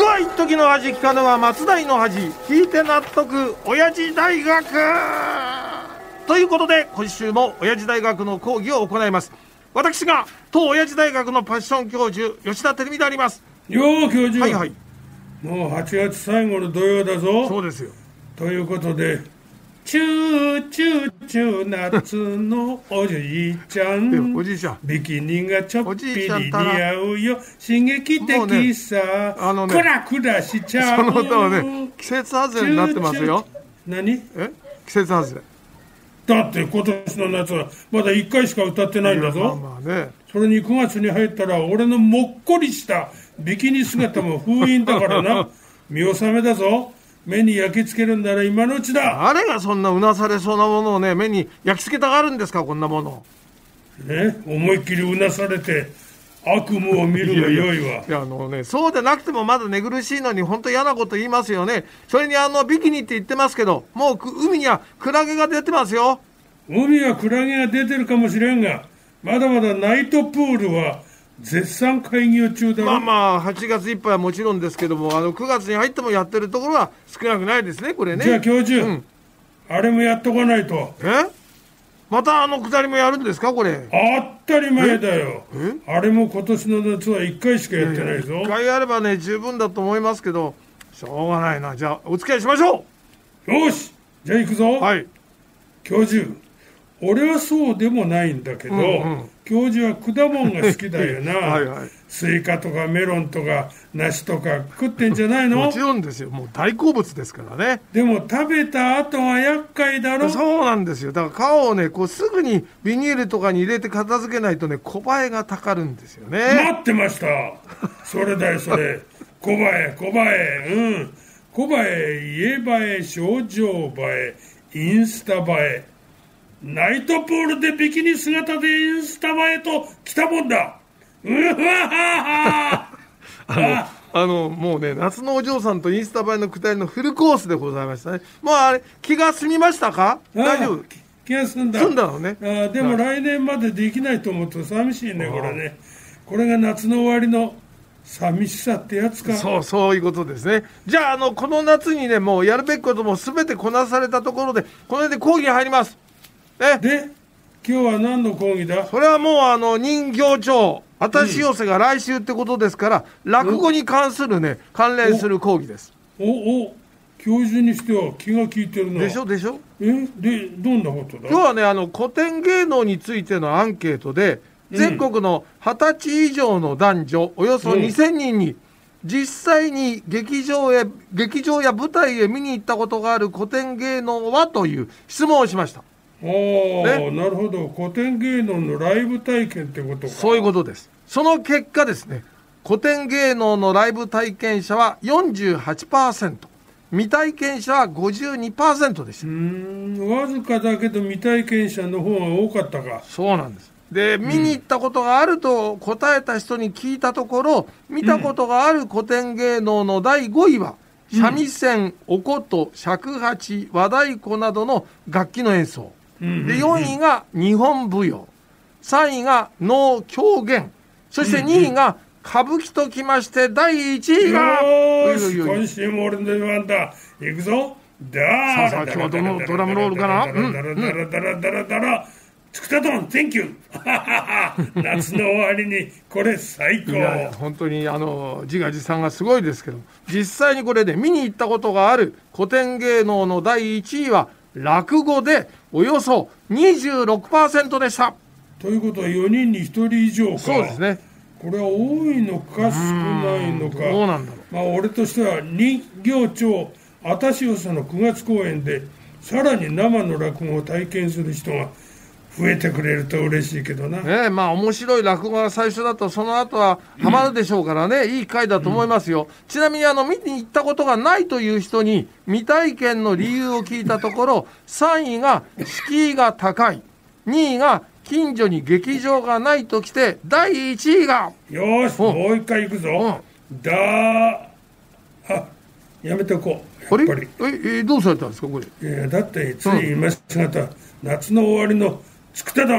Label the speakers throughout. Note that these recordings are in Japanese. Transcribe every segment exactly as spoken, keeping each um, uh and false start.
Speaker 1: は一時の恥、聞かぬは松代の恥、聞いて納得親父大学ということで、今週も親父大学の講義を行います。私が当親父大学のパッション教授吉田照美であります。
Speaker 2: よう教授、
Speaker 1: はいはい、
Speaker 2: もうはちがつ最後の土曜だぞ。
Speaker 1: そうですよ。
Speaker 2: ということで、チューチューチュー夏のおじいちゃん
Speaker 1: おじいちゃん
Speaker 2: ビキニがちょっぴり似合うよ、刺激的さ、ね、あのね、クラクラしちゃう。
Speaker 1: その歌はね、季節外れになってますよ。
Speaker 2: 何？
Speaker 1: え？季節外れ
Speaker 2: だって今年の夏はまだいっかいしか歌ってないんだぞ。
Speaker 1: まあまあね、
Speaker 2: それにくがつに入ったら俺のもっこりしたビキニ姿も封印だからな。見納めだぞ。目に焼き付けるんなら今のうちだ。
Speaker 1: 誰がそんなうなされそうなものをね、目に焼き付けたがるんですか、こんなもの
Speaker 2: ね。思いっきりうなされて悪夢を見るが良いわ。いや
Speaker 1: いや、あのね、そうでなくてもまだ寝苦しいのに本当嫌なこと言いますよね。それにあのビキニって言ってますけど、もう海にはクラゲが出てますよ。
Speaker 2: 海はクラゲが出てるかもしれんが、まだまだナイトプールは絶賛開業中だろ。
Speaker 1: まあまあはちがついっぱいはもちろんですけども、あのくがつに入ってもやってるところは少なくないですね、これね。
Speaker 2: じゃあ教授、うん、あれもやっとかないと。
Speaker 1: えまたあのくだりもやるんですか、これ。
Speaker 2: 当たり前だよ。あれも今年の夏はいっかいしかやってないぞ。
Speaker 1: いっかいやればね十分だと思いますけど、しょうがないな。じゃあお付き合いしましょ
Speaker 2: う。よし、じゃあ行くぞ。
Speaker 1: はい。
Speaker 2: 教授、俺はそうでもないんだけど、うんうん、教授は果物が好きだよな。はいはい、スイカとかメロンとか梨とか食ってんじゃないの？
Speaker 1: もちろんですよ。もう大好物ですからね。
Speaker 2: でも食べた後は厄介だろ。
Speaker 1: そうなんですよ。だから皮をねこうすぐにビニールとかに入れて片付けないとね、小映えがたかるんですよね。
Speaker 2: 待ってました。それだよそれ。小映え小映え、うん、小映え、家映え、症状映え、インスタ映え、ナイトプールでビキニ姿でインスタ映えと来たもんだ。うわはは
Speaker 1: あのあのもうね、夏のお嬢さんとインスタ映えのくだりのフルコースでございましたね。もうあれ気が済みましたか？大丈夫？
Speaker 2: 気が済んだ。
Speaker 1: 済んだのね。
Speaker 2: あでも来年までできないと思うと寂しいね、これね。これが夏の終わりの寂しさってやつか。
Speaker 1: そうそういうことですね。じゃあ、あのこの夏にねもうやるべきことも全てこなされたところで、この辺で講義に入ります。
Speaker 2: えで今日は何の講義だ？
Speaker 1: それはもうあの人形町新し寄せが来週ってことですから、うん、落語に関するね関連する講義です。
Speaker 2: おお、教授にしては気が利いてるな。
Speaker 1: でしょでしょ。
Speaker 2: えでどんなことだ？
Speaker 1: 今日はねあの古典芸能についてのアンケートで、全国のはたち以上の男女およそにせんにんに、実際に劇場へ劇場や舞台へ見に行ったことがある古典芸能はという質問をしました。
Speaker 2: ああ、ね、なるほど。古典芸能のライブ体験ってことか。
Speaker 1: そういうことです。その結果ですね、古典芸能のライブ体験者は よんじゅうはちパーセント、 未体験者は ごじゅうにパーセント でした。
Speaker 2: うーん、わずかだけど未体験者の方が多かったか。
Speaker 1: そうなんです。で、見に行ったことがあると答えた人に聞いたところ、見たことがある古典芸能のだいごいは、うん、三味線、お琴、尺八、和太鼓などの楽器の演奏、でよんいが日本舞踊、さんいが能狂言、そしてにいが歌舞伎ときまして、だいいちいが、
Speaker 2: よーし、今週も俺の出番だ。行くぞ。だー
Speaker 1: さあさあ、今日はどのドラムロールかな。
Speaker 2: ダラダラダラダラダラダラつくたどん、センキュー。夏の終わりにこれ最高。
Speaker 1: いやいや本当にあの自画自賛がすごいですけど、実際にこれで見に行ったことがある古典芸能のだいいちいは落語でおよそ にじゅうろくパーセント でした。
Speaker 2: ということはよにんにひとり以上か。
Speaker 1: そうですね。
Speaker 2: これは多いのか少ないのか。
Speaker 1: どうなんだろう。
Speaker 2: まあ俺としては人形町新し寄せのくがつ公演でさらに生の落語を体験する人が増えてくれると嬉しいけどな。
Speaker 1: ねえ、まあ面白い落語が最初だとその後はハマるでしょうからね、うん、いい回だと思いますよ、うん、ちなみにあの見に行ったことがないという人に未体験の理由を聞いたところさんいが敷居が高い、にいが近所に劇場がないときて、だいいちいが
Speaker 2: よーし、もう一回行くぞ、うん、だーあやめておこう。やっぱり
Speaker 1: ええどうされたんですかこれ。
Speaker 2: いやだってつい今しがた、うん、夏の終わりのつくたどん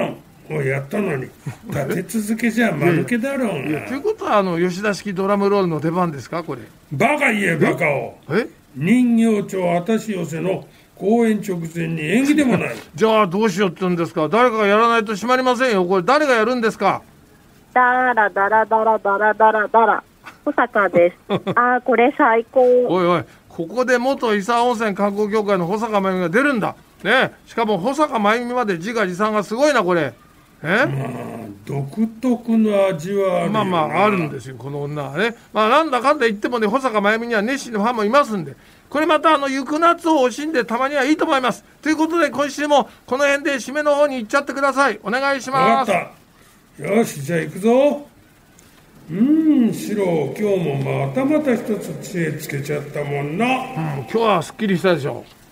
Speaker 2: もうやったのに立て続けじゃ間抜けだろうが。
Speaker 1: ということはあの吉田式ドラムロールの出番ですかこれ。
Speaker 2: バカ言えバカを。
Speaker 1: え
Speaker 2: 人形町あたし寄せの公演直前に演技でもない。
Speaker 1: じゃあどうしようって言うんですか。誰かがやらないと閉まりませんよ。これ誰がやるんですか。
Speaker 3: だらだらだらだらだらだら保坂ですあーこれ最高。
Speaker 1: おいおい、ここで元伊佐温泉観光協会の保坂真由美が出るんだね。しかも保坂真由美まで自画自賛がすごいなこれ。え、
Speaker 2: まあ独特の味はあるよな。
Speaker 1: まあまああるんですよこの女はね。まあなんだかんだ言ってもね、保坂真由美には熱心なファンもいますんで、これまたあの行く夏を惜しんでたまにはいいと思います。ということで今週もこの辺で締めの方に行っちゃってください。お願いします。
Speaker 2: 分かった。よしじゃあ行くぞ。うーんシロ今日もまたまた一つ知恵つけちゃったもんな。うん、
Speaker 1: 今日はすっきりしたでしょ。